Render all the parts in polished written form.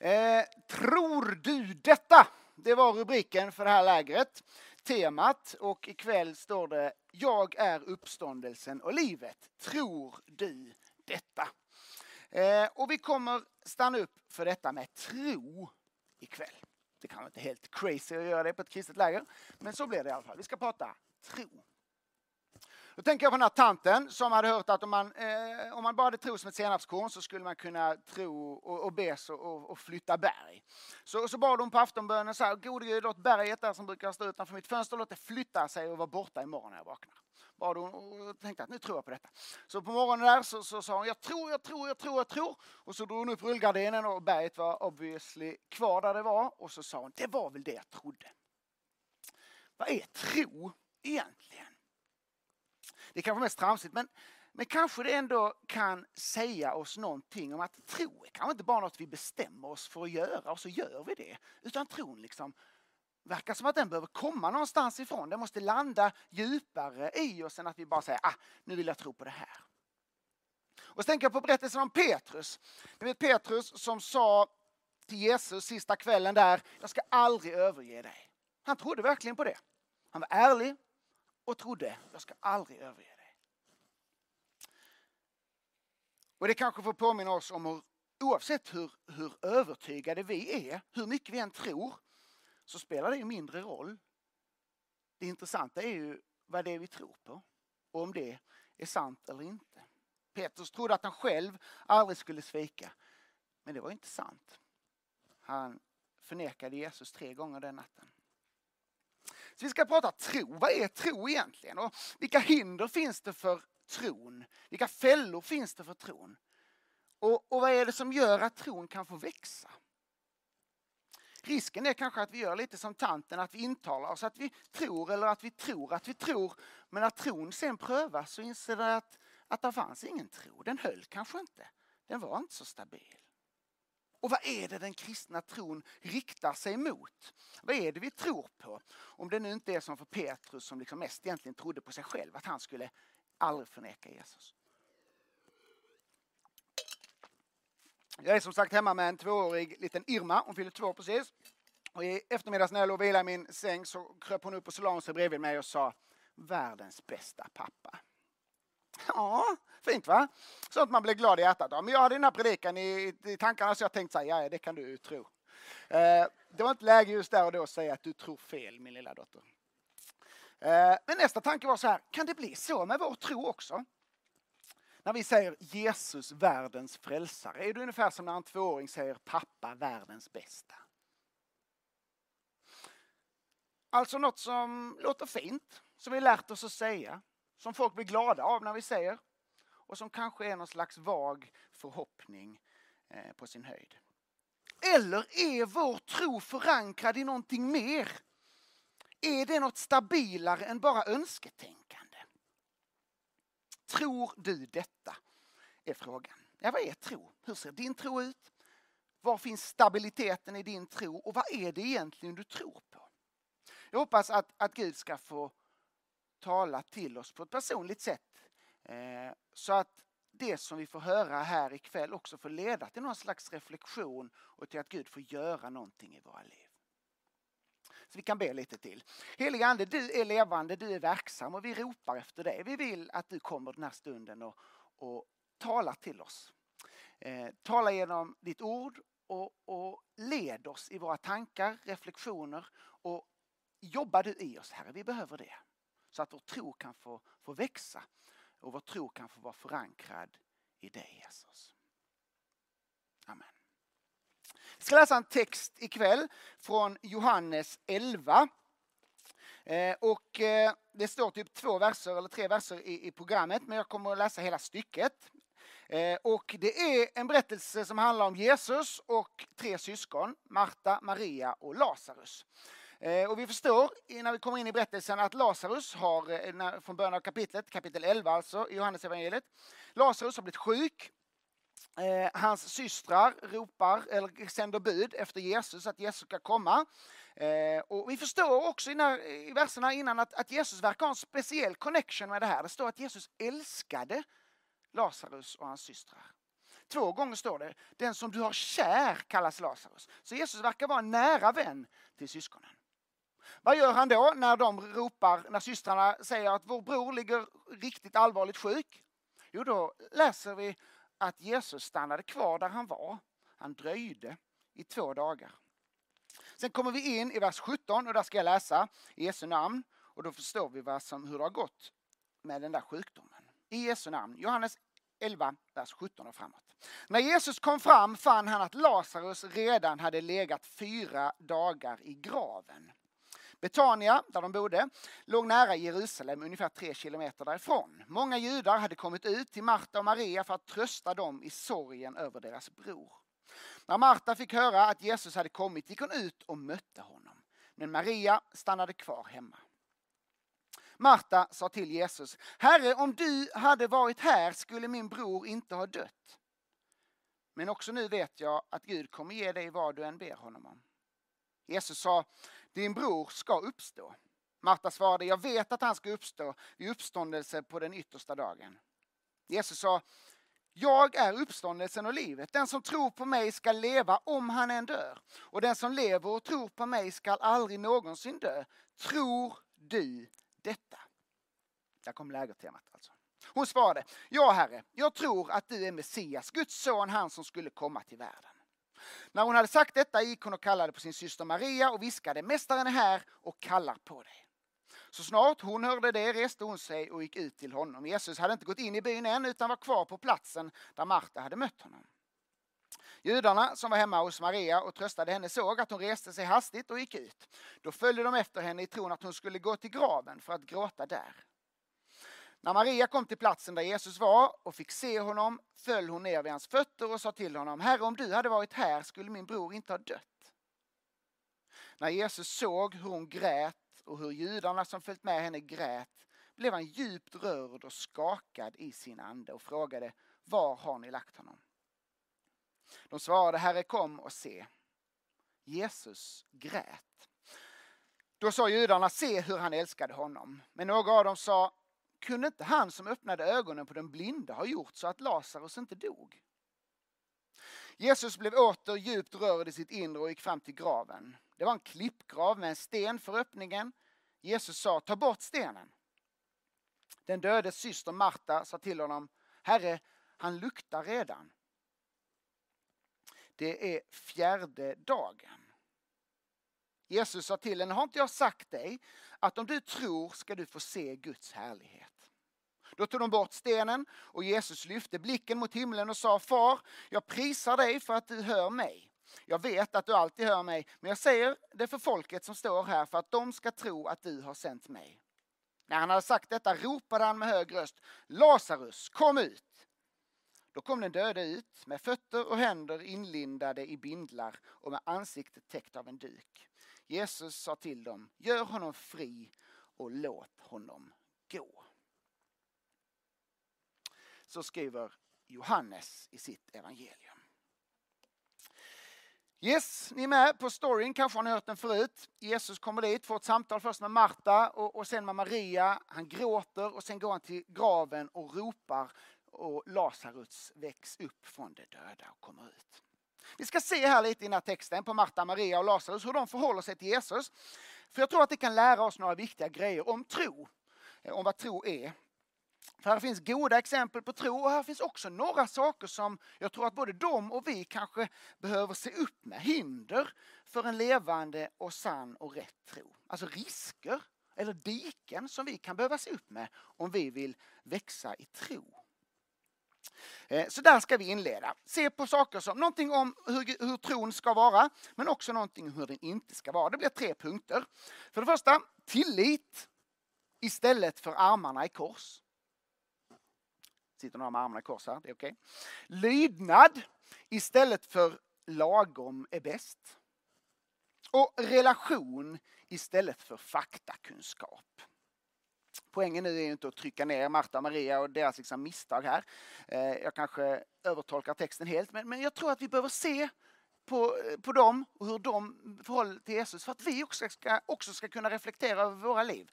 Tror du detta? Det var rubriken för det här lägret. Temat, och ikväll står det: jag är uppståndelsen och livet. Tror du detta? Och vi kommer stanna upp för detta med tro ikväll. Det kan vara inte helt crazy att göra det på ett kristet läger, men så blir det i alla fall. Vi ska prata tro. Då tänker jag på den här tanten som hade hört att om man bara hade tro som ett senapskorn så skulle man kunna tro och be och flytta berg. Så bad hon på aftonbönen så här: gode Gud, låt berget där som brukar stå utanför mitt fönster, låt det flytta sig och vara borta imorgon när jag vaknar. Bad hon och tänkte att nu tror jag på detta. Så på morgonen där så sa hon: jag tror. Och så drog hon upp rullgardinen och berget var obviously kvar där det var. Och så sa hon: det var väl det jag trodde. Vad är tro egentligen? Det är kanske mest tramsigt, men kanske det ändå kan säga oss någonting om att tro är kanske inte bara något vi bestämmer oss för att göra och så gör vi det. Utan tron liksom verkar som att den behöver komma någonstans ifrån. Den måste landa djupare i oss än att vi bara säger: nu vill jag tro på det här. Och så tänker jag på berättelsen om Petrus. Det är Petrus som sa till Jesus sista kvällen där: jag ska aldrig överge dig. Han trodde verkligen på det. Han var ärlig och trodde: jag ska aldrig överge dig. Och det kanske får påminna oss om hur, oavsett hur övertygade vi är, hur mycket vi än tror, så spelar det ju mindre roll. Det intressanta är ju vad det är vi tror på och om det är sant eller inte. Petrus trodde att han själv aldrig skulle svika, men det var inte sant. Han förnekade Jesus 3 gånger den natten. Så vi ska prata tro. Vad är tro egentligen? Och vilka hinder finns det för tron? Vilka fällor finns det för tron? Och vad är det som gör att tron kan få växa? Risken är kanske att vi gör lite som tanten, att vi intalar oss att vi tror, eller att vi tror att vi tror. Men när tron sen prövas så inser det att det fanns ingen tro. Den höll kanske inte. Den var inte så stabil. Och vad är det den kristna tron riktar sig mot? Vad är det vi tror på? Om det nu inte är som för Petrus som liksom mest egentligen trodde på sig själv, att han skulle aldrig förneka Jesus. Jag är som sagt hemma med en 2-årig liten Irma. Hon fyller 2 precis. Och i eftermiddags när jag låg och vilade i min säng så kröp hon upp och så la hon sig bredvid mig och sa: världens bästa pappa. Ja, fint va? Så att man blir glad i hjärtat. Ja, men jag hade den här predikan i tankarna så jag tänkte så här: ja, det kan du tro. Det var inte läge just där och då att säga att du tror fel, min lilla dotter. Men nästa tanke var så här: kan det bli så med vår tro också? När vi säger Jesus, världens frälsare, är det ungefär som när en 2-åring säger pappa, världens bästa. Alltså något som låter fint, som vi lärt oss att säga, som folk blir glada av när vi säger, och som kanske är någon slags vag förhoppning på sin höjd. Eller är vår tro förankrad i någonting mer? Är det något stabilare än bara önsketänkande? Tror du detta? Är frågan. Ja, vad är tro? Hur ser din tro ut? Var finns stabiliteten i din tro? Och vad är det egentligen du tror på? Jag hoppas att Gud ska få tala till oss på ett personligt sätt. Så att det som vi får höra här ikväll också får leda till någon slags reflektion och till att Gud får göra någonting i våra liv. Så vi kan be lite till. Helige Ande, du är levande, du är verksam och vi ropar efter dig. Vi vill att du kommer den här stunden och talar till oss. Tala genom ditt ord och led oss i våra tankar, reflektioner, och jobbar du i oss, Herre. Vi behöver det. Så att vår tro kan få växa och vår tro kan få vara förankrad i dig, Jesus. Amen. Jag ska läsa en text ikväll från Johannes 11. Och det står typ 2 verser eller 3 verser i programmet, men jag kommer att läsa hela stycket. Och det är en berättelse som handlar om Jesus och 3 syskon, Marta, Maria och Lazarus. Och vi förstår när vi kommer in i berättelsen att Lazarus har, från början av kapitel 11 alltså, i Johannes evangeliet, Lazarus har blivit sjuk. Hans systrar ropar eller sänder bud efter Jesus, att Jesus ska komma. Och vi förstår också i verserna innan att Jesus verkar ha en speciell connection med det här. Det står att Jesus älskade Lazarus och hans systrar. 2 gånger står det, den som du har kär kallas Lazarus. Så Jesus verkar vara en nära vän till syskonen. Vad gör han då när systrarna säger att vår bror ligger riktigt allvarligt sjuk? Jo, då läser vi att Jesus stannade kvar där han var. Han dröjde i 2 dagar. Sen kommer vi in i vers 17 och där ska jag läsa i Jesu namn. Och då förstår vi hur det har gått med den där sjukdomen. I Jesu namn, Johannes 11, vers 17 och framåt. När Jesus kom fram fann han att Lazarus redan hade legat 4 dagar i graven. Betania, där de bodde, låg nära Jerusalem, ungefär 3 kilometer därifrån. Många judar hade kommit ut till Marta och Maria för att trösta dem i sorgen över deras bror. När Marta fick höra att Jesus hade kommit gick hon ut och mötte honom. Men Maria stannade kvar hemma. Marta sa till Jesus, Herre, om du hade varit här skulle min bror inte ha dött. Men också nu vet jag att Gud kommer ge dig vad du än ber honom om. Jesus sa, din bror ska uppstå. Marta svarade, jag vet att han ska uppstå vid uppståndelse på den yttersta dagen. Jesus sa, jag är uppståndelsen och livet. Den som tror på mig ska leva om han än dör. Och den som lever och tror på mig ska aldrig någonsin dö. Tror du detta? Där kom lägertemat alltså. Hon svarade, ja Herre, jag tror att du är Messias, Guds son, han som skulle komma till världen. När hon hade sagt detta gick hon och kallade på sin syster Maria och viskade, mästaren är här och kallar på dig. Så snart hon hörde det reste hon sig och gick ut till honom. Jesus hade inte gått in i byn än utan var kvar på platsen där Marta hade mött honom. Judarna som var hemma hos Maria och tröstade henne såg att hon reste sig hastigt och gick ut. Då följde de efter henne i tron att hon skulle gå till graven för att gråta där. När Maria kom till platsen där Jesus var och fick se honom föll hon ner vid hans fötter och sa till honom, Herre, om du hade varit här skulle min bror inte ha dött. När Jesus såg hur hon grät och hur judarna som följt med henne grät blev han djupt rörd och skakad i sin ande och frågade, var har ni lagt honom? De svarade, Herre, kom och se. Jesus grät. Då sa judarna, se hur han älskade honom. Men några av dem sa, kunde inte han som öppnade ögonen på den blinda ha gjort så att Lazarus inte dog? Jesus blev åter djupt rörd i sitt inre och gick fram till graven. Det var en klippgrav med en sten för öppningen. Jesus sa, ta bort stenen. Den dödes syster Marta sa till honom, Herre, han luktar redan. Det är 4:e dagen. Jesus sa till henne, har inte jag sagt dig att om du tror ska du få se Guds härlighet? Då tog de bort stenen och Jesus lyfte blicken mot himlen och sa, Far, jag prisar dig för att du hör mig. Jag vet att du alltid hör mig, men jag säger det för folket som står här för att de ska tro att du har sänt mig. När han hade sagt detta ropade han med hög röst, Lazarus, kom ut! Då kom den döde ut med fötter och händer inlindade i bindlar och med ansiktet täckt av en duk. Jesus sa till dem, gör honom fri och låt honom gå. Så skriver Johannes i sitt evangelium. Yes, ni är med på storyn, kanske har ni hört den förut. Jesus kommer dit, får ett samtal först med Marta och sen med Maria. Han gråter och sen går han till graven och ropar och Lazarus väcks upp från de döda och kommer ut. Vi ska se här lite i den här texten på Marta, Maria och Lazarus hur de förhåller sig till Jesus. För jag tror att det kan lära oss några viktiga grejer om tro, om vad tro är. För här finns goda exempel på tro och här finns också några saker som jag tror att både de och vi kanske behöver se upp med. Hinder för en levande och sann och rätt tro. Alltså risker eller diken som vi kan behöva se upp med om vi vill växa i tro. Så där ska vi inleda. Se på saker som någonting om hur tron ska vara men också någonting om hur den inte ska vara. Det blir 3 punkter. För det första, tillit istället för armarna i kors. Sitter några med armarna i kors här, det är okej. Lydnad istället för lagom är bäst. Och relation istället för faktakunskap. Poängen nu är ju inte att trycka ner Marta och Maria och deras liksom misstag här. Jag kanske övertolkar texten helt, men jag tror att vi behöver se på dem och hur de förhåller till Jesus för att vi också ska kunna reflektera över våra liv.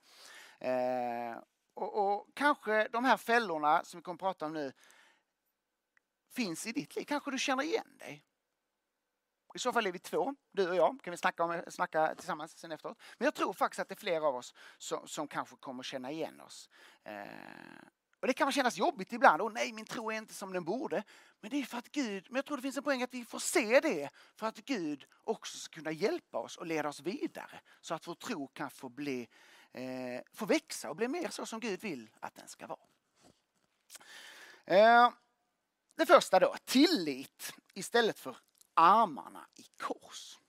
Och kanske de här fällorna som vi kommer att prata om nu finns i ditt liv. Kanske du känner igen dig. I så fall är vi två, du och jag. Kan vi snacka tillsammans sen efteråt. Men jag tror faktiskt att det är flera av oss som kanske kommer känna igen oss. Och det kan kännas jobbigt ibland. Nej, min tro är inte som den borde. Men det är för att Gud, men jag tror det finns en poäng att vi får se det. För att Gud också ska kunna hjälpa oss och leda oss vidare. Så att vår tro kan få växa och bli mer så som Gud vill att den ska vara. Det första då, tillit istället för armarna i kors.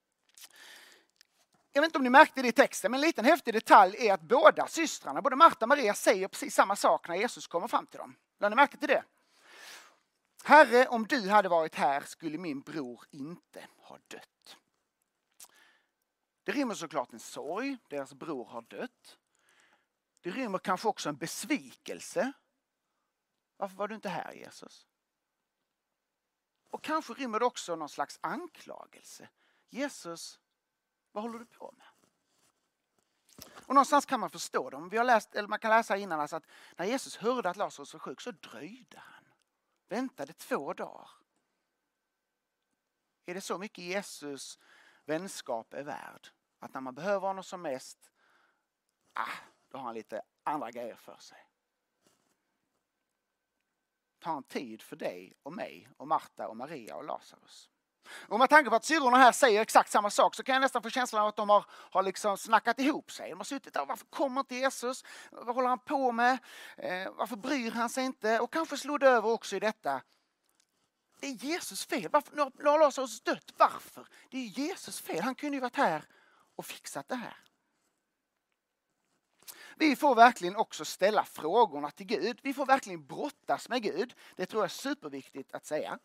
Jag vet inte om ni märkte det i texten, men en liten häftig detalj är att båda systrarna, både Marta och Maria, säger precis samma sak när Jesus kommer fram till dem. Lade ni märke till det? Herre, om du hade varit här skulle min bror inte ha dött. Det rymmer såklart en sorg, deras bror har dött. Det rymmer kanske också en besvikelse. Varför var du inte här, Jesus? Och kanske rymmer det också någon slags anklagelse. Jesus, vad håller du på med? Och någonstans kan man förstå dem. Man kan läsa innan alltså att när Jesus hörde att Lazarus var sjuk så dröjde han. Väntade 2 dagar. Är det så mycket Jesus vänskap är värd? Att när man behöver honom som mest, då har han lite andra grejer för sig. Ta en tid för dig och mig och Marta och Maria och Lazarus. Och med tanke på att syrrorna här säger exakt samma sak så kan jag nästan få känslan av att de har liksom snackat ihop sig. De har suttit där, varför kommer inte Jesus? Vad håller han på med? Varför bryr han sig inte? Och kanske slår det över också i detta. Det är Jesus fel. Varför har Lazarus dött? Varför? Det är Jesus fel. Han kunde ju varit här och fixat det här. Vi får verkligen också ställa frågorna till Gud. Vi får verkligen brottas med Gud. Det tror jag är superviktigt att säga.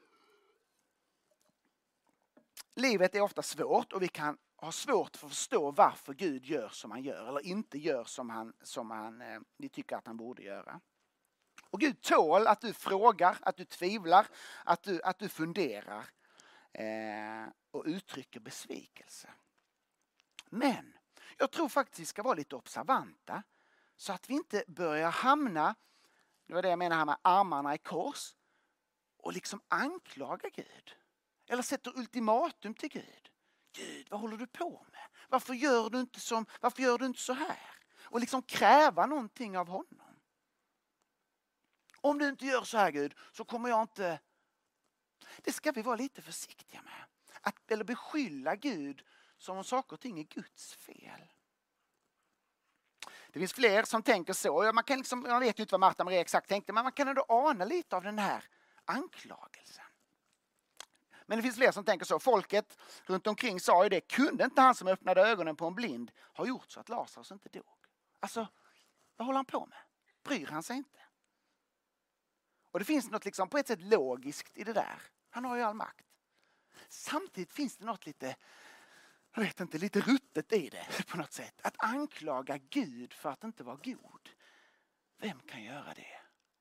Livet är ofta svårt och vi kan ha svårt för att förstå varför Gud gör som han gör. Eller inte gör som vi tycker att han borde göra. Och Gud tål att du frågar, att du tvivlar, att du funderar och uttrycker besvikelse. Men jag tror faktiskt vi ska vara lite observanta så att vi inte börjar hamna, det var det jag menar här med armarna i kors, och liksom anklaga Gud. Eller sätter ultimatum till Gud. Gud, vad håller du på med? Varför gör du inte så här? Och liksom kräva någonting av honom. Om du inte gör så här, Gud, så kommer jag inte. Det ska vi vara lite försiktiga med. Eller beskylla Gud som om saker och ting är Guds fel. Det finns fler som tänker så. Man vet ju inte vad Marta och Maria exakt tänkte, men man kan ändå ana lite av den här anklagelsen. Men det finns fler som tänker så. Folket runt omkring sa ju det. Kunde inte han som öppnade ögonen på en blind ha gjort så att Lazarus inte dog? Alltså, vad håller han på med? Bryr han sig inte? Och det finns något liksom på ett sätt logiskt i det där. Han har ju all makt. Samtidigt finns det något lite ruttet i det på något sätt. Att anklaga Gud för att inte vara god. Vem kan göra det?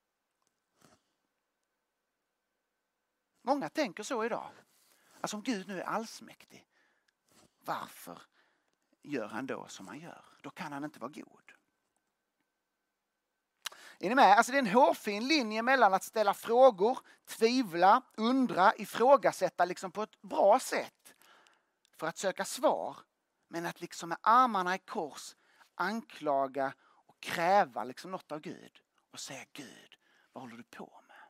Många tänker så idag. Alltså om Gud nu är allsmäktig, varför gör han då som han gör? Då kan han inte vara god. Är ni med? Alltså det är en hårfin linje mellan att ställa frågor, tvivla, undra, ifrågasätta liksom på ett bra sätt för att söka svar. Men att liksom med armarna i kors anklaga och kräva liksom något av Gud. Och säga Gud, vad håller du på med?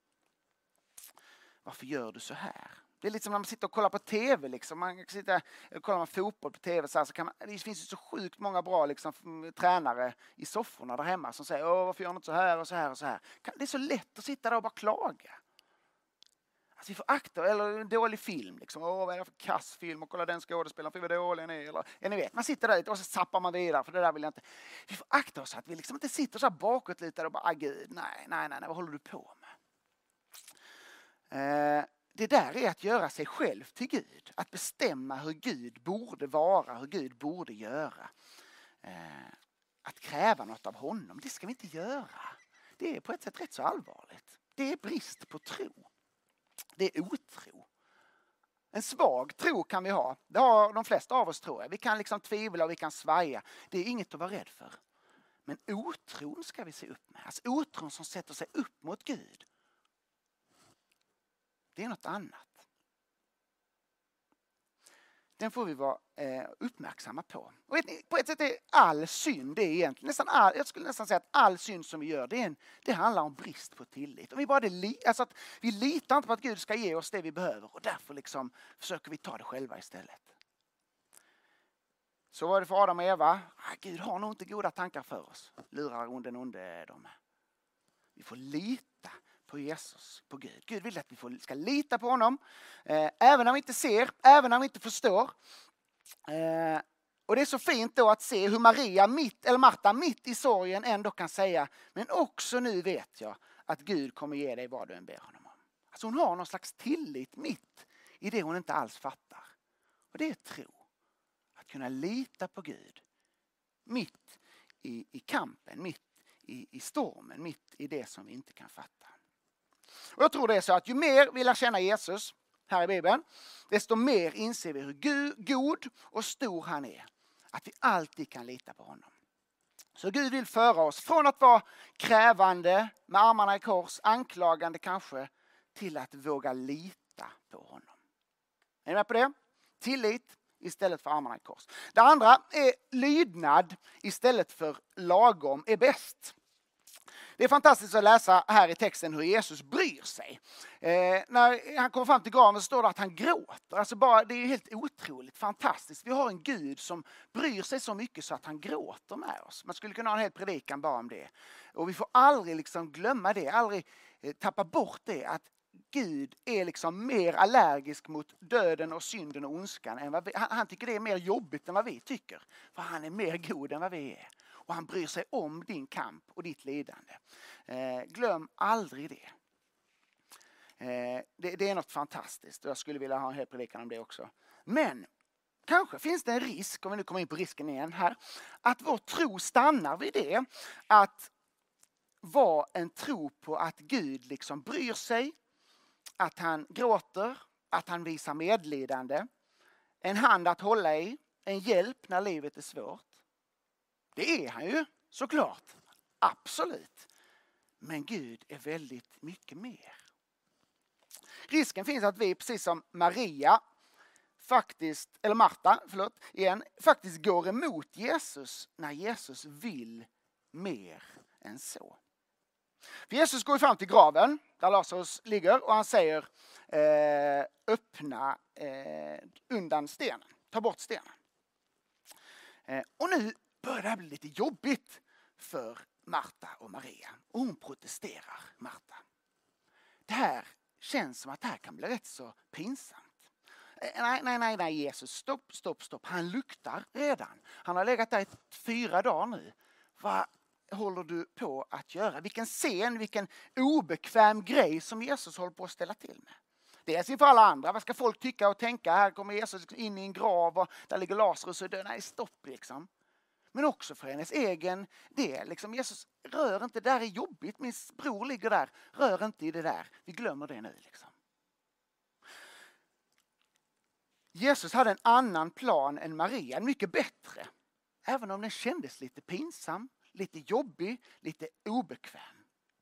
Varför gör du så här? Det är lite som när man sitter och kollar på tv. Liksom. Man sitter och kollar fotboll på tv. Så kan det finns ju så sjukt många bra liksom, tränare i sofforna där hemma som säger varför gör du inte så här och så här och så här. Det är så lätt att sitta där och bara klaga. Alltså, vi får akta, eller en dålig film. Liksom. Vad är det för kassfilm? Och kolla den skådespelaren, för vad dålig den är. Eller, ni vet, man sitter där lite och så zappar man vidare. För det där vill jag inte. Vi får akta oss att vi liksom inte sitter så här bakåt lite och bara Gud, nej, vad håller du på med? Det där är att göra sig själv till Gud. Att bestämma hur Gud borde vara, hur Gud borde göra. Att kräva något av honom, det ska vi inte göra. Det är på ett sätt rätt så allvarligt. Det är brist på tro. Det är otro. En svag tro kan vi ha. Det har de flesta av oss, tror jag. Vi kan liksom tvivla och vi kan svaja. Det är inget att vara rädd för. Men otron ska vi se upp med. Alltså otron som sätter sig upp mot Gud. det är något annat. Den får vi vara uppmärksamma på. Och vet ni, på ett sätt är all synd det är egentligen, jag skulle nästan säga att all synd som vi gör, det handlar om brist på tillit. Och alltså att vi litar inte på att Gud ska ge oss det vi behöver och därför liksom försöker vi ta det själva istället. Så var det för Adam och Eva. Gud har nog inte goda tankar för oss. Lurar den onde de. Vi får lita på Jesus, på Gud. Gud vill att vi ska lita på honom. Även när vi inte ser, även när vi inte förstår. Och det är så fint då att se hur Marta mitt i sorgen ändå kan säga, men också nu vet jag att Gud kommer ge dig vad du än ber honom om. Alltså hon har någon slags tillit mitt i det hon inte alls fattar. Och det är tro. Att kunna lita på Gud mitt i kampen, mitt i stormen, mitt i det som vi inte kan fatta. Och jag tror det är så att ju mer vi lär känna Jesus här i Bibeln, desto mer inser vi hur god och stor han är. Att vi alltid kan lita på honom. Så Gud vill föra oss från att vara krävande med armarna i kors, anklagande kanske, till att våga lita på honom. Är ni med på det? Tillit istället för armarna i kors. Det andra är lydnad istället för lagom är bäst. Det är fantastiskt att läsa här i texten hur Jesus bryr sig. När han kommer fram till graven så står det att han gråter. Alltså det är helt otroligt fantastiskt. Vi har en Gud som bryr sig så mycket så att han gråter med oss. Man skulle kunna ha en hel predikan bara om det. Och vi får aldrig liksom glömma det, aldrig tappa bort det att Gud är liksom mer allergisk mot döden och synden och ondskan än vad han tycker det är mer jobbigt än vad vi tycker. För han är mer god än vad vi är. Och han bryr sig om din kamp och ditt lidande. Glöm aldrig det. Det är något fantastiskt. Och jag skulle vilja ha en hel predikan om det också. Men kanske finns det en risk, om vi nu kommer in på risken igen här, att vår tro stannar vid det. Att vara en tro på att Gud liksom bryr sig. Att han gråter, att han visar medlidande. En hand att hålla i, en hjälp när livet är svårt. Det är han ju, såklart. Absolut. Men Gud är väldigt mycket mer. Risken finns att vi, precis som Marta, faktiskt går emot Jesus när Jesus vill mer än så. För Jesus går fram till graven där Lazarus ligger och han säger öppna undan stenen, ta bort stenen. Och nu börjar det här bli lite jobbigt för Marta och Maria. Och hon protesterar, Marta. Det här känns som att det här kan bli rätt så pinsamt. Nej Jesus, stopp. Han luktar redan. Han har legat där i 4 dagar nu. Vad håller du på att göra? Vilken obekväm grej som Jesus håller på att ställa till med. Dels inför alla andra. Vad ska folk tycka och tänka? Här kommer Jesus in i en grav och där ligger Lazarus och dör. Nej, stopp liksom. Men också för hennes egen del. Liksom, Jesus, rör inte, det där är jobbigt. Min bror ligger där. Rör inte i det där. Vi glömmer det nu liksom. Jesus hade en annan plan än Maria. Mycket bättre. Även om den kändes lite pinsam. Lite jobbig. Lite obekväm.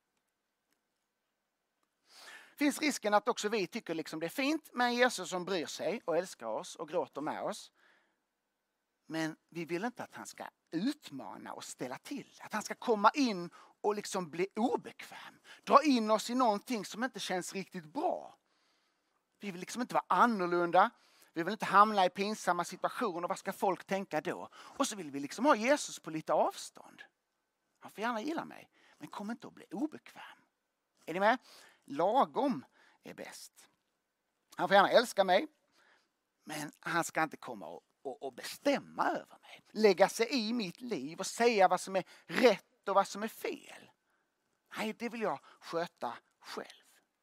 Finns risken att också vi tycker liksom det är fint med en Jesus som bryr sig och älskar oss och gråter med oss. Men vi vill inte att han ska utmana och ställa till. Att han ska komma in och liksom bli obekväm. Dra in oss i någonting som inte känns riktigt bra. Vi vill liksom inte vara annorlunda. Vi vill inte hamna i pinsamma situationer. Vad ska folk tänka då? Och så vill vi liksom ha Jesus på lite avstånd. Han får gärna gilla mig. Men kom inte att bli obekväm. Är ni med? Lagom är bäst. Han får gärna älska mig. Men han ska inte komma och bestämma över mig. Lägga sig i mitt liv och säga vad som är rätt och vad som är fel. Nej, det vill jag sköta själv.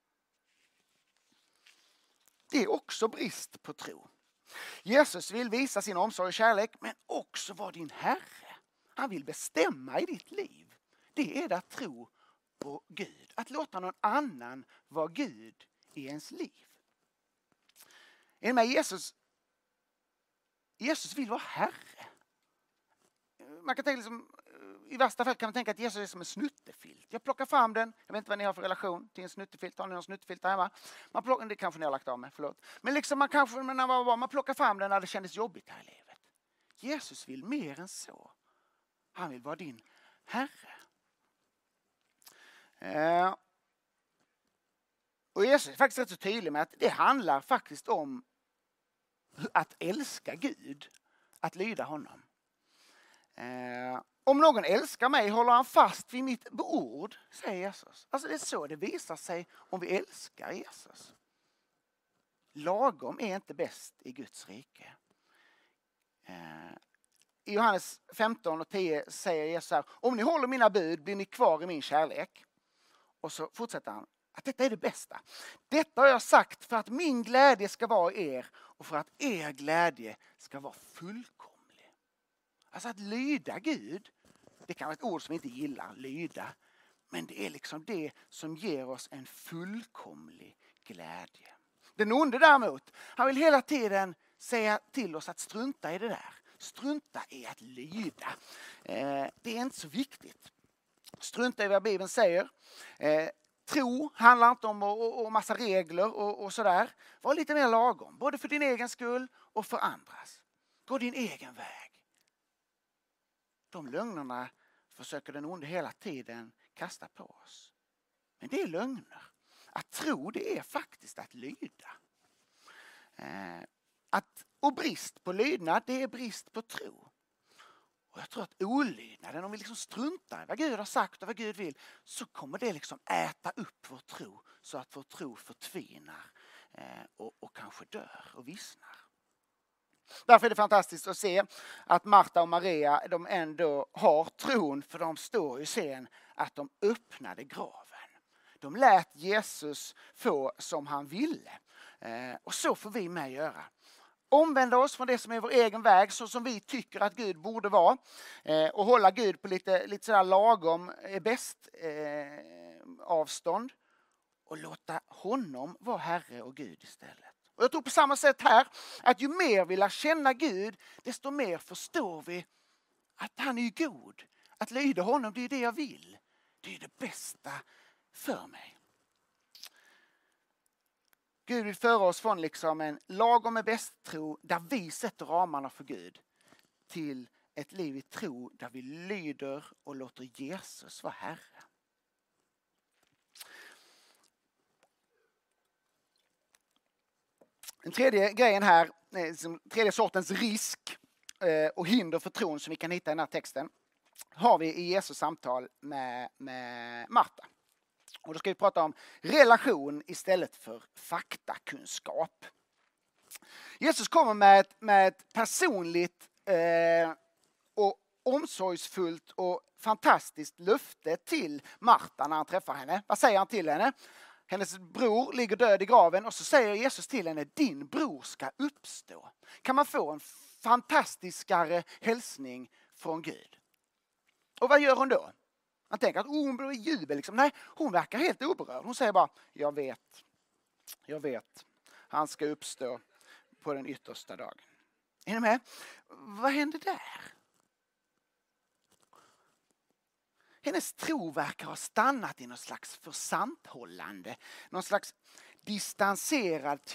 Det är också brist på tro. Jesus vill visa sin omsorg och kärlek men också vara din Herre. Han vill bestämma i ditt liv. Det är att tro på Gud. Att låta någon annan vara Gud i ens liv. Är med Jesus vill vara Herre. Man kan tänka liksom, i värsta fall kan man tänka att Jesus är som en snuttefilt. Jag plockar fram den. Jag vet inte vad ni har för relation till en snuttefilt. Har ni någon snuttefilt där hemma? Det kanske ni har lagt av med, förlåt. Men liksom man plockar fram den när det kändes jobbigt här i livet. Jesus vill mer än så. Han vill vara din Herre. Och Jesus är faktiskt rätt så tydlig med att det handlar faktiskt om att älska Gud. Att lyda honom. Om någon älskar mig håller han fast vid mitt ord, säger Jesus. Alltså det är så det visar sig om vi älskar Jesus. Lagom är inte bäst i Guds rike. I Johannes 15:10 säger Jesus så här: om ni håller mina bud blir ni kvar i min kärlek. Och så fortsätter han att detta är det bästa. Detta har jag sagt för att min glädje ska vara i er och för att er glädje ska vara fullkomlig. Alltså att lyda Gud, det kan vara ett ord som vi inte gillar, lyda. Men det är liksom det som ger oss en fullkomlig glädje. Den onde däremot, han vill hela tiden säga till oss att strunta i det där. Strunta i att lyda. Det är inte så viktigt. Strunta i vad Bibeln säger. Tro handlar inte om massa regler och sådär. Var lite mer lagom, både för din egen skull och för andras. Gå din egen väg. De lögnerna försöker den onde hela tiden kasta på oss. Men det är lögner. Att tro, det är faktiskt att lyda. Och brist på lydnad, det är brist på tro. Och jag tror att olydnaden, om vi liksom struntar i vad Gud har sagt och vad Gud vill, så kommer det liksom äta upp vår tro så att vår tro förtvinar och kanske dör och vissnar. Därför är det fantastiskt att se att Marta och Maria, de ändå har tron, för de står ju sen att de öppnade graven. De lät Jesus få som han ville. Och så får vi med göra. Omvända oss från det som är vår egen väg, så som vi tycker att Gud borde vara. Och hålla Gud på lite sådär lagom bäst avstånd. Och låta honom vara Herre och Gud istället. Och jag tror på samma sätt här, att ju mer vi lär känna Gud, desto mer förstår vi att han är god. Att lyda honom, det är det jag vill. Det är det bästa för mig. Gud vill föra oss från liksom en lagom med bästtro där vi sätter ramarna för Gud till ett liv i tro där vi lyder och låter Jesus vara Herre. Den tredje grejen här, tredje sortens risk och hinder för tron som vi kan hitta i den här texten, har vi i Jesus samtal med Marta. Och då ska vi prata om relation istället för faktakunskap. Jesus kommer med ett personligt och omsorgsfullt och fantastiskt löfte till Marta när han träffar henne. Vad säger han till henne? Hennes bror ligger död i graven och så säger Jesus till henne: din bror ska uppstå. Kan man få en fantastiskare hälsning från Gud? Och vad gör hon då? Man tänker att hon blir i jubel. Liksom. Nej, hon verkar helt oberörd. Hon säger bara: jag vet. Han ska uppstå på den yttersta dagen. Är ni med? Vad händer där? Hennes tro verkar ha stannat i någon slags försanthållande. Någon slags distanserad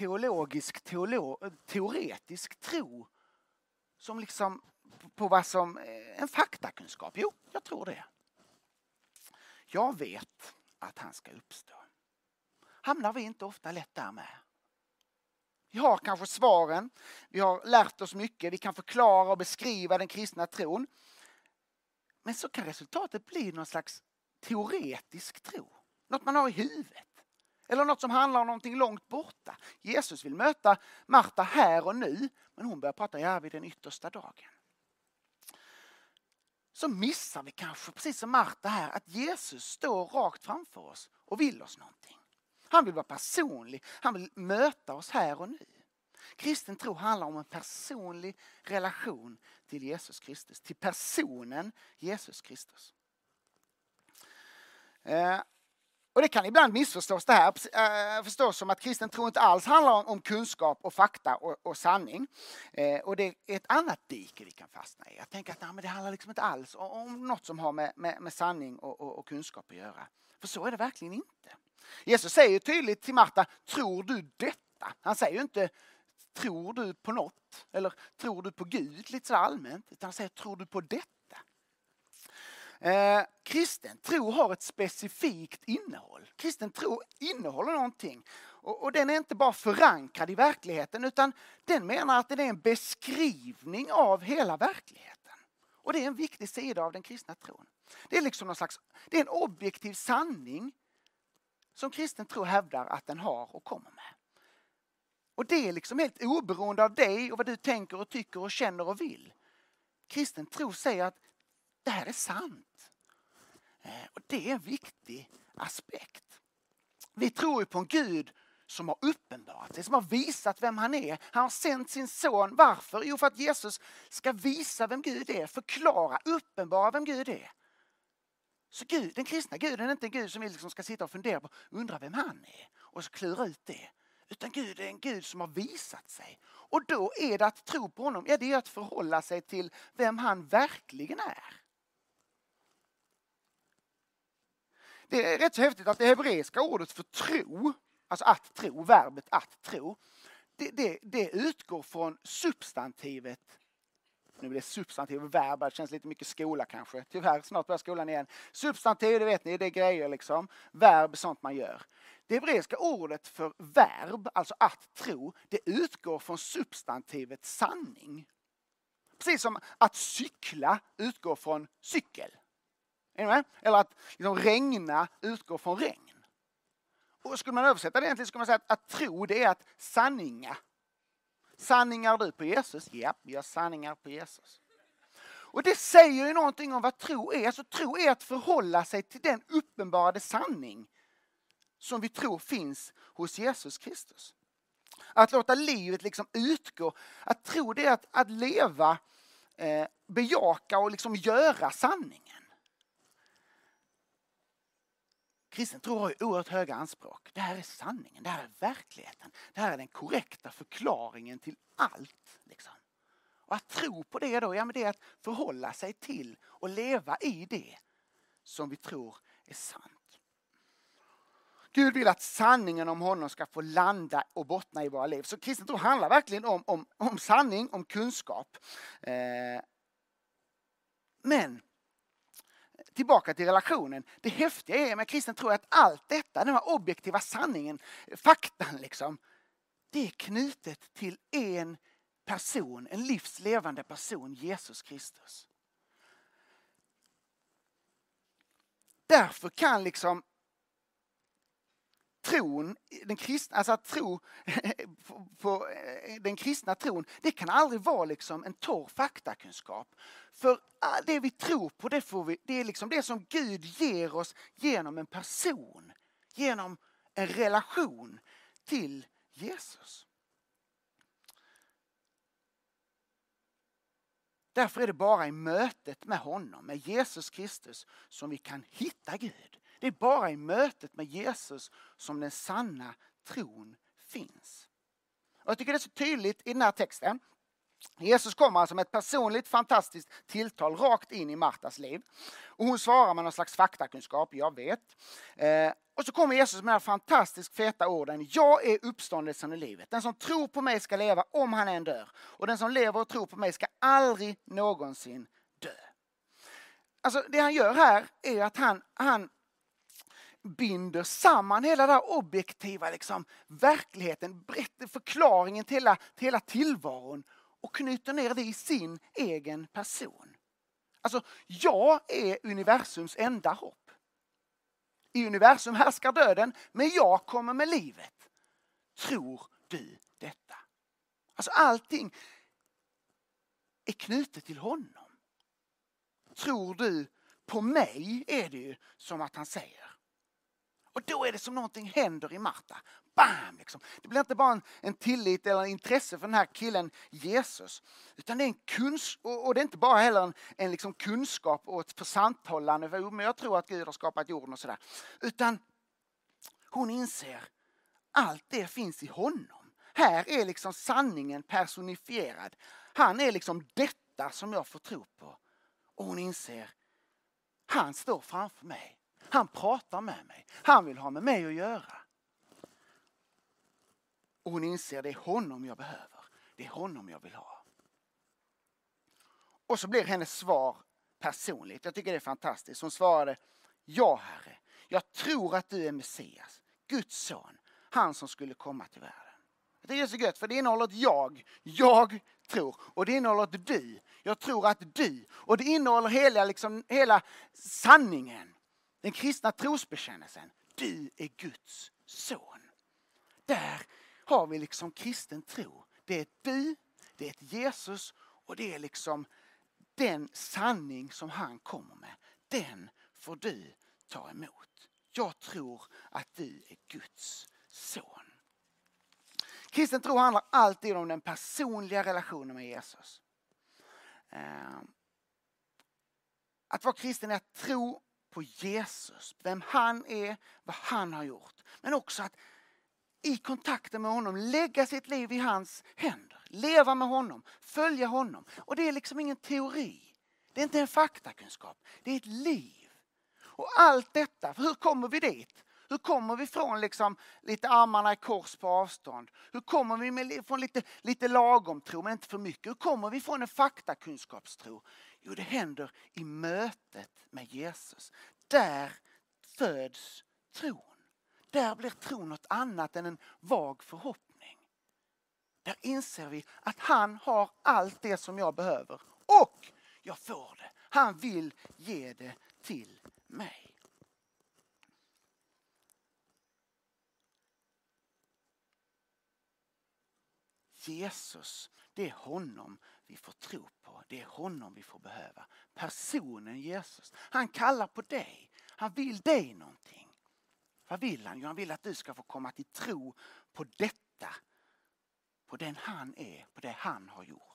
teoretisk tro. Som liksom på vad som en faktakunskap. Jo, jag tror det. Jag vet att han ska uppstå. Hamnar vi inte ofta lätt där med? Vi har kanske svaren. Vi har lärt oss mycket. Vi kan förklara och beskriva den kristna tron. Men så kan resultatet bli någon slags teoretisk tro. Något man har i huvudet. Eller något som handlar om någonting långt borta. Jesus vill möta Marta här och nu. Men hon börjar prata vid den yttersta dagen. Så missar vi kanske, precis som Marta här, att Jesus står rakt framför oss och vill oss någonting. Han vill vara personlig. Han vill möta oss här och nu. Kristen tro handlar om en personlig relation till Jesus Kristus. Till personen Jesus Kristus. Och det kan ibland missförstås det här. Förstås som att kristen tro inte alls handlar om kunskap och fakta och sanning. Och det är ett annat dike vi kan fastna i. Jag tänker att men det handlar liksom inte alls om något som har med sanning och kunskap att göra. För så är det verkligen inte. Jesus säger ju tydligt till Marta, tror du detta? Han säger ju inte, tror du på något? Eller tror du på Gud lite så allmänt? Utan han säger, tror du på detta? Kristen tro har ett specifikt innehåll. Kristen tro innehåller någonting. Och den är inte bara förankrad i verkligheten, utan den menar att det är en beskrivning av hela verkligheten. Och det är en viktig sida av den kristna tron. Det är liksom det är en objektiv sanning som kristen tro hävdar att den har och kommer med. Och det är liksom helt oberoende av dig och vad du tänker och tycker och känner och vill. Kristen tro säger att det här är sant. Och det är en viktig aspekt. Vi tror ju på en Gud som har uppenbarat sig, som har visat vem han är. Han har sänt sin son. Varför? Jo, för att Jesus ska visa vem Gud är, förklara, uppenbara vem Gud är. Så Gud, den kristna Guden är inte en Gud som vi liksom ska sitta och fundera på, undra vem han är och så klura ut det. Utan Gud är en Gud som har visat sig. Och då är det att tro på honom, det är att förhålla sig till vem han verkligen är. Det är rätt så häftigt att det hebreiska ordet för tro, alltså att tro, verbet att tro, det utgår från substantivet. Nu blir det substantiv och verb, det känns lite mycket skola kanske. Tyvärr, snart börjar skolan igen. Substantiv, det vet ni, det är grejer liksom. Verb, sånt man gör. Det hebreiska ordet för verb, alltså att tro, det utgår från substantivet sanning. Precis som att cykla utgår från cykel. Är ni med? Eller att liksom regna utgår från regn. Och skulle man översätta det egentligen skulle man säga att tro det är att sanninga. Sanningar du på Jesus? Ja, vi har sanningar på Jesus. Och det säger ju någonting om vad tro är. Alltså tro är att förhålla sig till den uppenbarade sanning som vi tror finns hos Jesus Kristus. Att låta livet liksom utgå. Att tro det är att leva, bejaka och liksom göra sanningen. Kristen tro har ju oerhört höga anspråk. Det här är sanningen, det här är verkligheten. Det här är den korrekta förklaringen till allt. Liksom. Och att tro på det då, men det är att förhålla sig till och leva i det som vi tror är sant. Gud vill att sanningen om honom ska få landa och bottna i våra liv. Så kristen tro handlar verkligen om sanning, om kunskap. Men tillbaka till relationen. Det häftiga är med kristen tro att allt detta, den här objektiva sanningen, faktan liksom, det är knutet till en person, en livslevande person, Jesus Kristus. Därför kan liksom tron, den kristna, alltså att tro på den kristna tron, det kan aldrig vara liksom en torr faktakunskap. För det vi tror på, det är liksom det som Gud ger oss genom en person, genom en relation till Jesus. Därför är det bara i mötet med honom, med Jesus Kristus, som vi kan hitta Gud. Det är bara i mötet med Jesus som den sanna tron finns. Och jag tycker det är så tydligt i den här texten. Jesus kommer alltså med ett personligt fantastiskt tilltal rakt in i Martas liv. Och hon svarar med någon slags faktakunskap, jag vet. Och så kommer Jesus med de här fantastiskt feta orden. Jag är uppståndelsen i livet. Den som tror på mig ska leva om han än dör. Och den som lever och tror på mig ska aldrig någonsin dö. Alltså det han gör här är att han binder samman hela den här objektiva liksom, verkligheten, förklaringen till hela tillvaron och knyter ner det i sin egen person. Alltså, jag är universums enda hopp. I universum härskar döden, men jag kommer med livet. Tror du detta? Alltså allting är knutet till honom. Tror du på mig, är det ju som att han säger. Och då är det som någonting händer i Marta. Bam! Liksom. Det blir inte bara en tillit eller en intresse för den här killen Jesus. Utan det är en kunskap, och det är inte bara heller en liksom kunskap och ett försanthållande. Men jag tror att Gud har skapat jorden och sådär. Utan Hon inser allt det finns i honom. Här är liksom sanningen personifierad. Han är liksom detta som jag får tro på. Och hon inser, han står framför mig. Han pratar med mig. Han vill ha med mig att göra. Och hon inser, det är honom jag behöver. Det är honom jag vill ha. Och så blir hennes svar personligt. Jag tycker det är fantastiskt. Hon svarade, ja Herre, jag tror att du är Messias, Guds son, han som skulle komma till världen. Jag tycker det är så gött, för det innehåller ett jag tror, och det innehåller ett du, jag tror att du, och det innehåller hela sanningen, den kristna trosbekännelsen, du är Guds son. Där har vi liksom kristen tro. Det är ett du, det är ett Jesus, och det är liksom den sanning som han kommer med. Den får du ta emot. Jag tror att du är Guds son. Kristen tro handlar alltid om den personliga relationen med Jesus. Att vara kristen är att tro på Jesus, vem han är, vad han har gjort. Men också att i kontakten med honom lägga sitt liv i hans händer. Leva med honom, följa honom. Och det är liksom ingen teori. Det är inte en faktakunskap. Det är ett liv. Och allt detta, hur kommer vi dit? Hur kommer vi från liksom lite armarna i kors på avstånd? Hur kommer vi från lite lagom tro, men inte för mycket? Hur kommer vi från en faktakunskapstro? Jo, det händer i mötet med Jesus. Där föds tron. Där blir tron något annat än en vag förhoppning. Där inser vi att han har allt det som jag behöver. Och jag får det. Han vill ge det till mig. Jesus, det är honom vi får tro på. Det är honom vi får behöva. Personen Jesus. Han kallar på dig. Han vill dig någonting. Vad vill han? Jo, han vill att du ska få komma till tro på detta. På den han är. På det han har gjort.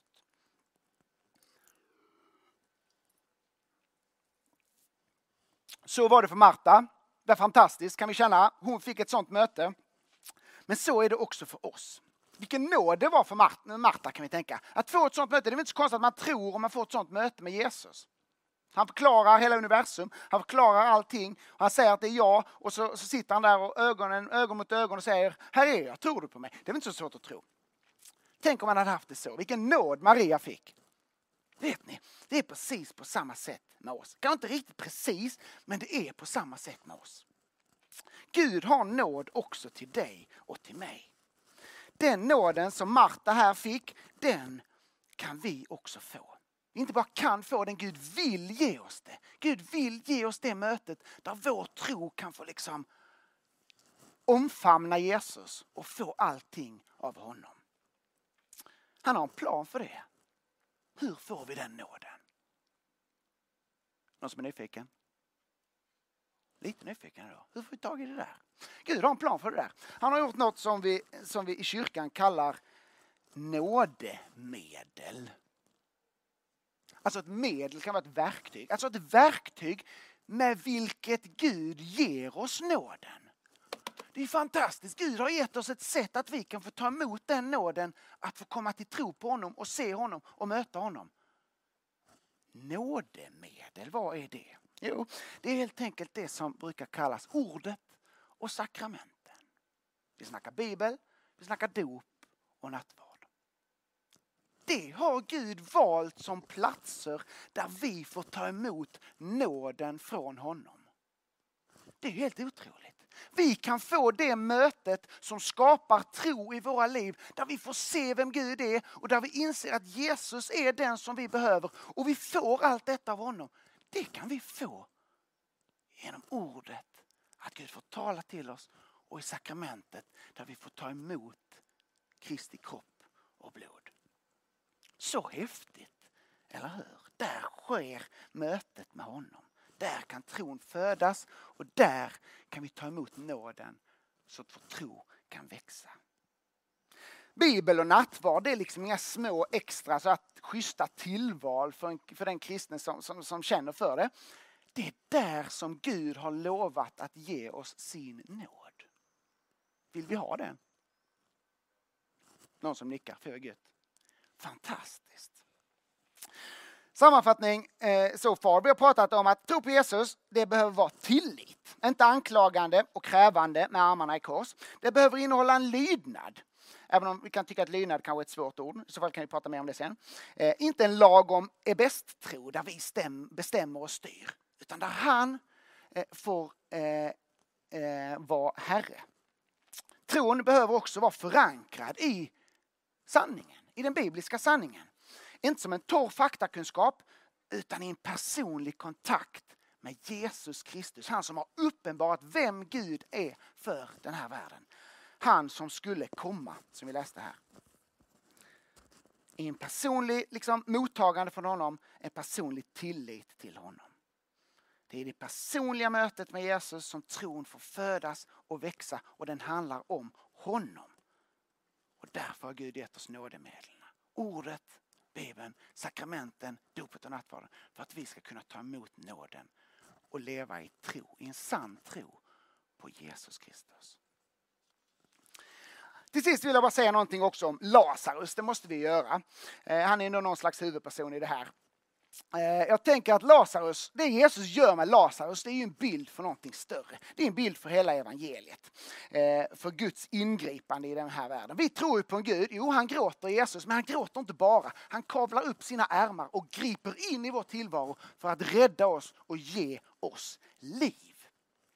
Så var det för Marta. Det var fantastiskt, kan vi känna. Hon fick ett sånt möte. Men så är det också för oss. Vilken nåd det var för Marta, kan vi tänka. Att få ett sånt möte, det är inte så konstigt att man tror om man får ett sånt möte med Jesus. Han förklarar hela universum, han förklarar allting. Han säger att det är jag, och så sitter han där och ögon mot ögon och säger, här är jag, tror du på mig? Det är väl inte så svårt att tro. Tänk om man hade haft det så. Vilken nåd Maria fick. Vet ni, det är precis på samma sätt med oss. Kanske inte riktigt precis, men det är på samma sätt med oss. Gud har nåd också till dig och till mig. Den nåden som Marta här fick, den kan vi också få. Vi inte bara kan få den, Gud vill ge oss det. Gud vill ge oss det mötet där vår tro kan få liksom omfamna Jesus och få allting av honom. Han har en plan för det. Hur får vi den nåden? Någon som är nyfiken? Lite nyfiken då. Hur får vi tag i det där? Gud har en plan för det där. Han har gjort något som vi i kyrkan kallar nådemedel. Alltså ett medel kan vara ett verktyg. Alltså ett verktyg med vilket Gud ger oss nåden. Det är fantastiskt. Gud har gett oss ett sätt att vi kan få ta emot den nåden. Att få komma till tro på honom och se honom och möta honom. Nådemedel, vad är det? Jo, det är helt enkelt det som brukar kallas ordet och sakramenten. Vi snackar bibel, vi snackar dop och nattvard. Det har Gud valt som platser där vi får ta emot nåden från honom. Det är helt otroligt. Vi kan få det mötet som skapar tro i våra liv. Där vi får se vem Gud är och där vi inser att Jesus är den som vi behöver. Och vi får allt detta av honom. Det kan vi få genom ordet. Att Gud får tala till oss. Och i sakramentet där vi får ta emot Kristi kropp och blod. Så häftigt, eller hur? Där sker mötet med honom. Där kan tron födas och där kan vi ta emot nåden så att vår tro kan växa. Bibel och nattvard, det är liksom inga små extra så att schyssta tillval för den kristne som känner för det. Det är där som Gud har lovat att ge oss sin nåd. Vill vi ha det? Någon som nickar, för gött. Fantastiskt. Sammanfattning så far. Vi har pratat om att tro på Jesus, det behöver vara tillit. Inte anklagande och krävande med armarna i kors. Det behöver innehålla en lydnad. Även om vi kan tycka att lydnad kanske är ett svårt ord. I så fall kan vi prata mer om det sen. Inte en lag om är bäst tro där vi bestämmer och styr. Utan där han får vara herre. Tron behöver också vara förankrad i sanningen. I den bibliska sanningen. Inte som en torr faktakunskap utan i en personlig kontakt med Jesus Kristus. Han som har uppenbarat vem Gud är för den här världen. Han som skulle komma, som vi läste här. I en personlig mottagande från honom, en personlig tillit till honom. Det är det personliga mötet med Jesus som tron får födas och växa och den handlar om honom. Och därför har Gud gett oss nådemedlen. Ordet, Bibeln, sakramenten, dopet och nattvarden. För att vi ska kunna ta emot nåden och leva i tro, i en sann tro på Jesus Kristus. Till sist vill jag bara säga någonting också om Lazarus. Det måste vi göra. Han är någon slags huvudperson i det här. Jag tänker att Lazarus, det Jesus gör med Lazarus, det är ju en bild för någonting större. Det är en bild för hela evangeliet. För Guds ingripande i den här världen. Vi tror ju på en Gud, jo han gråter Jesus, men han gråter inte bara. Han kavlar upp sina ärmar och griper in i vår tillvaro för att rädda oss och ge oss liv.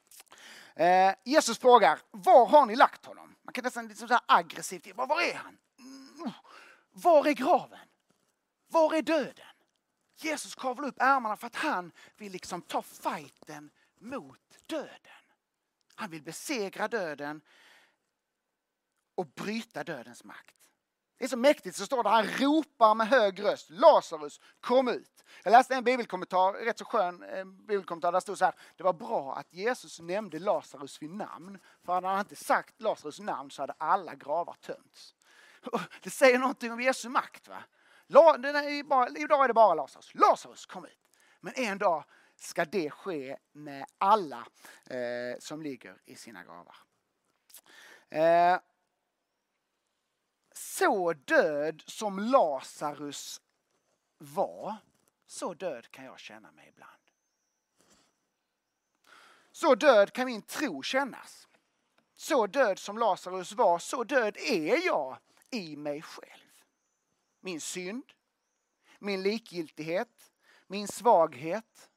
Jesus frågar, var har ni lagt honom? Man kan nästan lite så här aggressivt, var är han? Var är graven? Var är döden? Jesus kavlar upp ärmarna för att han vill ta fighten mot döden. Han vill besegra döden och bryta dödens makt. Det är så mäktigt, så står det han ropar med hög röst, Lazarus, kom ut. Jag läste en bibelkommentar, rätt så skön bibelkommentar, där stod så här, det var bra att Jesus nämnde Lazarus vid namn. För hade han inte sagt Lazarus namn så hade alla gravar tömts. Det säger någonting om Jesu makt, va? Idag är det bara Lazarus. Lazarus, kom ut. Men en dag ska det ske med alla som ligger i sina gravar. Så död som Lazarus var, så död kan jag känna mig ibland. Så död kan min tro kännas. Så död som Lazarus var, så död är jag i mig själv. Min synd, min likgiltighet, min svaghet.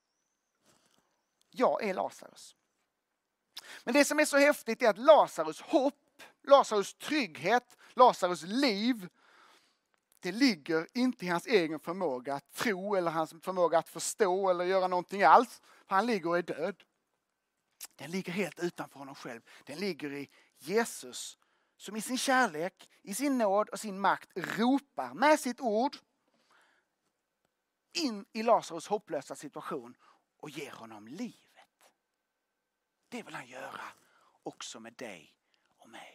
Jag är Lazarus. Men det som är så häftigt är att Lazarus hopp, Lazarus trygghet, Lazarus liv, det ligger inte i hans egen förmåga att tro eller hans förmåga att förstå eller göra någonting alls. För han ligger och är död. Den ligger helt utanför honom själv. Den ligger i Jesus som i sin kärlek, i sin nåd och sin makt ropar med sitt ord in i Lazarus hopplösa situation och ger honom livet. Det vill han göra också med dig och mig.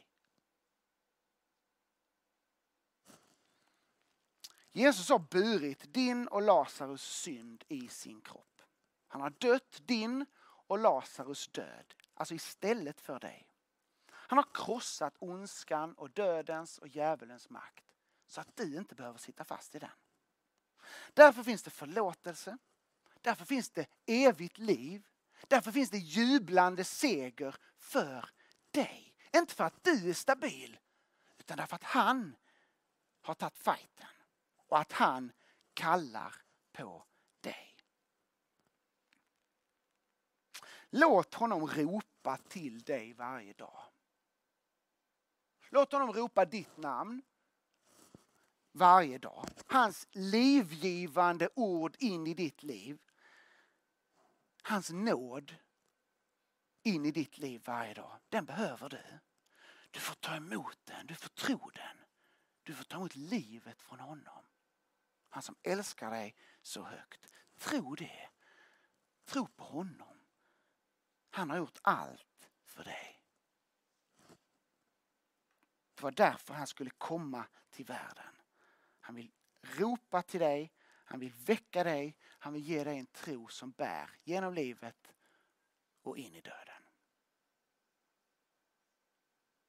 Jesus har burit din och Lazarus synd i sin kropp. Han har dött din och Lazarus död, alltså istället för dig. Han har krossat ondskan och dödens och djävulens makt så att du inte behöver sitta fast i den. Därför finns det förlåtelse. Därför finns det evigt liv. Därför finns det jublande seger för dig. Inte för att du är stabil utan därför att han har tagit fighten och att han kallar på dig. Låt honom ropa till dig varje dag. Låt honom ropa ditt namn varje dag. Hans livgivande ord in i ditt liv. Hans nåd in i ditt liv varje dag. Den behöver du. Du får ta emot den. Du får tro den. Du får ta emot livet från honom. Han som älskar dig så högt. Tro det. Tro på honom. Han har gjort allt för dig. Det var därför han skulle komma till världen. Han vill ropa till dig. Han vill väcka dig. Han vill ge dig en tro som bär genom livet och in i döden.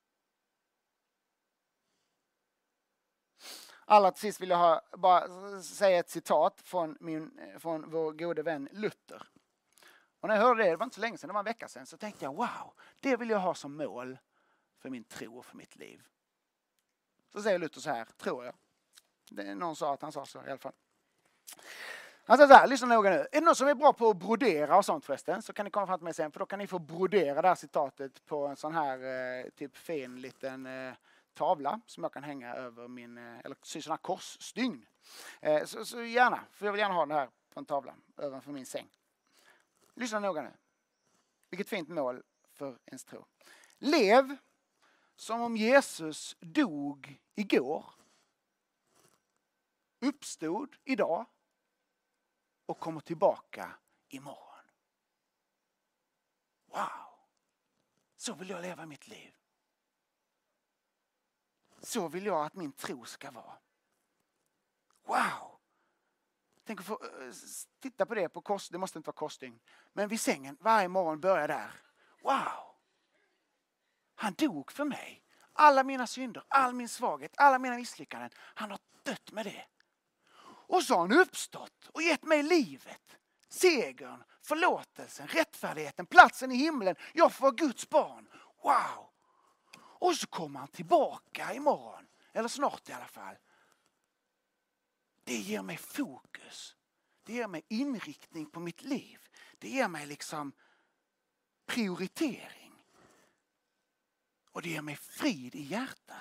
Allra till sist vill jag bara säga ett citat från vår gode vän Luther. Och när jag hörde det var inte så länge sedan, det var en vecka sedan, så tänkte jag wow, det vill jag ha som mål för min tro och för mitt liv. Så säger Luther så här, tror jag. Någon sa att han sa så i alla fall. Han säger så här, lyssna noga nu. Är det någon som är bra på att brodera och sånt förresten, så kan ni komma fram till mig sen, för då kan ni få brodera det här citatet på en sån här typ fin liten tavla som jag kan hänga över min, eller sy sådana här korsstygn. Så gärna, för jag vill gärna ha det här på en tavla ovanför min säng. Lyssna noga nu. Vilket fint mål för ens tro. Lev som om Jesus dog igår, uppstod idag och kommer tillbaka imorgon. Wow! Så vill jag leva mitt liv. Så vill jag att min tro ska vara. Wow! Tänk att få titta på det på kors, det måste inte vara korsstygn. Men vid sängen, varje morgon börjar där. Wow! Han dog för mig. Alla mina synder, all min svaghet, alla mina misslyckanden. Han har dött med det. Och så har han uppstått och gett mig livet, segern, förlåtelsen, rättfärdigheten, platsen i himlen. Jag får vara Guds barn. Wow! Och så kommer han tillbaka imorgon. Eller snart i alla fall. Det ger mig fokus. Det ger mig inriktning på mitt liv. Det ger mig liksom prioritering. Och det ger mig frid i hjärtat.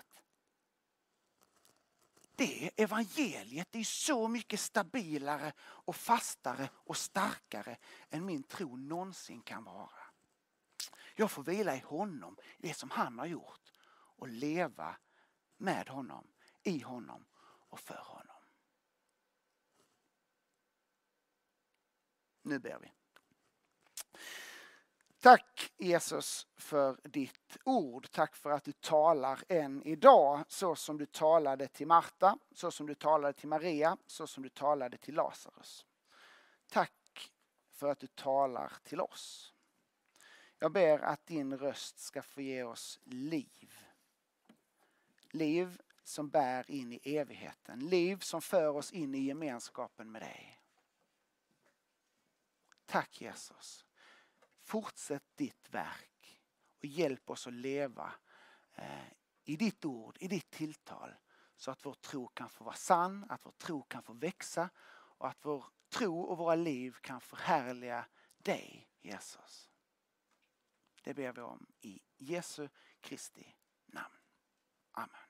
Det evangeliet är så mycket stabilare och fastare och starkare än min tro någonsin kan vara. Jag får vila i honom, i det som han har gjort, och leva med honom, i honom och för honom. Nu ber vi. Tack Jesus för ditt ord. Tack för att du talar än idag så som du talade till Marta, så som du talade till Maria, så som du talade till Lazarus. Tack för att du talar till oss. Jag ber att din röst ska få ge oss liv. Liv som bär in i evigheten. Liv som för oss in i gemenskapen med dig. Tack Jesus. Fortsätt ditt verk och hjälp oss att leva i ditt ord, i ditt tilltal. Så att vår tro kan få vara sann, att vår tro kan få växa och att vår tro och våra liv kan förhärliga dig, Jesus. Det ber vi om i Jesu Kristi namn. Amen.